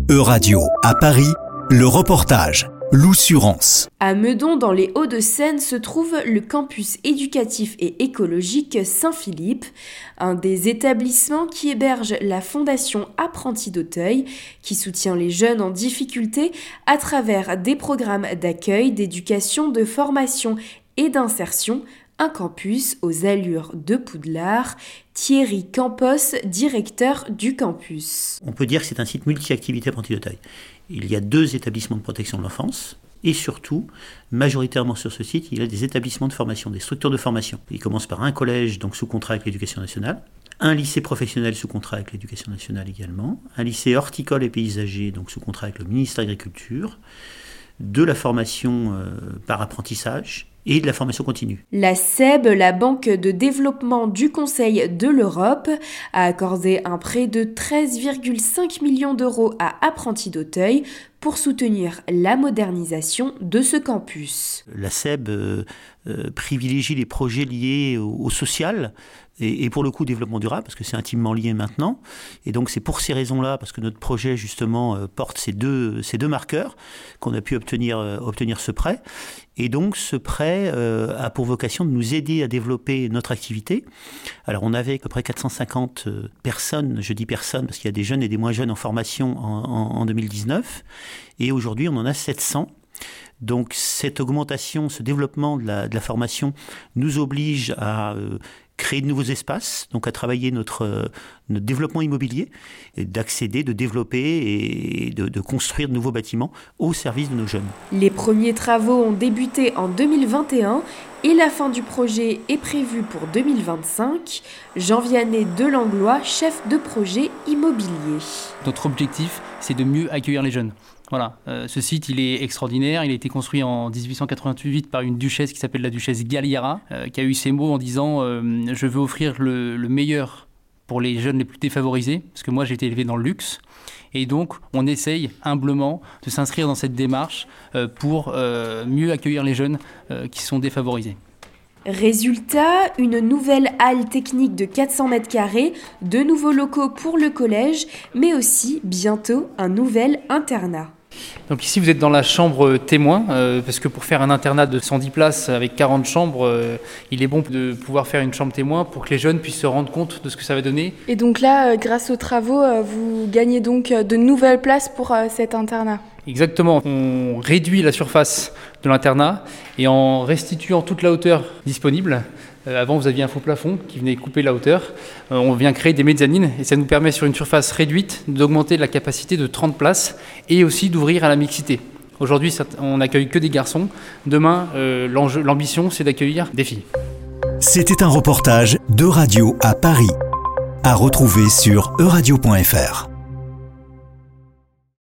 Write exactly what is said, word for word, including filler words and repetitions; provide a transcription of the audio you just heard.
E-Radio à Paris, le reportage. L'Oussurance. À Meudon, dans les Hauts-de-Seine, se trouve le campus éducatif et écologique Saint-Philippe, un des établissements qui héberge la Fondation Apprentis d'Auteuil, qui soutient les jeunes en difficulté à travers des programmes d'accueil, d'éducation, de formation et d'insertion. Un campus aux allures de Poudlard. Thierry Campos, directeur du campus. On peut dire que c'est un site multi-activité Apprentis d'Auteuil. Il y a deux établissements de protection de l'enfance et surtout, majoritairement sur ce site, il y a des établissements de formation, des structures de formation. Il commence par un collège donc sous contrat avec l'Éducation nationale, un lycée professionnel sous contrat avec l'Éducation nationale également, un lycée horticole et paysager donc sous contrat avec le ministère de l'Agriculture, de la formation euh, par apprentissage et de la formation continue. La S E B, la Banque de développement du Conseil de l'Europe, a accordé un prêt de treize virgule cinq millions d'euros à Apprentis d'Auteuil pour soutenir la modernisation de ce campus. La S E B euh, euh, privilégie les projets liés au, au social et, et pour le coup au développement durable, parce que c'est intimement lié maintenant. Et donc c'est pour ces raisons-là, parce que notre projet justement euh, porte ces deux, ces deux marqueurs, qu'on a pu obtenir, euh, obtenir ce prêt. Et donc ce prêt euh, a pour vocation de nous aider à développer notre activité. Alors on avait à peu près quatre cent cinquante personnes, je dis personnes parce qu'il y a des jeunes et des moins jeunes en formation en, en, en deux mille dix-neuf. Et aujourd'hui on en a sept cents. Donc cette augmentation, ce développement de la, de la formation nous oblige à euh, créer de nouveaux espaces, donc à travailler notre, euh, notre développement immobilier, et d'accéder, de développer et de, de construire de nouveaux bâtiments au service de nos jeunes. Les premiers travaux ont débuté en deux mille vingt et un et la fin du projet est prévue pour deux mille vingt-cinq. Jean-Vianney Delanglois, chef de projet immobilier. Notre objectif, c'est de mieux accueillir les jeunes. Voilà, euh, ce site, il est extraordinaire. Il a été construit en dix-huit cent quatre-vingt-huit par une duchesse qui s'appelle la duchesse Galliera, euh, qui a eu ces mots en disant euh, « Je veux offrir le, le meilleur pour les jeunes les plus défavorisés », parce que moi, j'ai été élevé dans le luxe. Et donc, on essaye humblement de s'inscrire dans cette démarche euh, pour euh, mieux accueillir les jeunes euh, qui sont défavorisés. Résultat, une nouvelle halle technique de quatre cents mètres carrés, de nouveaux locaux pour le collège, mais aussi, bientôt, un nouvel internat. Donc ici, vous êtes dans la chambre témoin, euh, parce que pour faire un internat de cent dix places avec quarante chambres, euh, il est bon de pouvoir faire une chambre témoin pour que les jeunes puissent se rendre compte de ce que ça va donner. Et donc là, euh, grâce aux travaux, euh, vous gagnez donc de nouvelles places pour euh, cet internat. Exactement, on réduit la surface de l'internat et en restituant toute la hauteur disponible, euh, avant vous aviez un faux plafond qui venait couper la hauteur, euh, on vient créer des mezzanines et ça nous permet sur une surface réduite d'augmenter la capacité de trente places et aussi d'ouvrir à la mixité. Aujourd'hui on n'accueille que des garçons, demain euh, l'ambition c'est d'accueillir des filles. C'était un reportage d'E-Radio à Paris, à retrouver sur e radio point f r.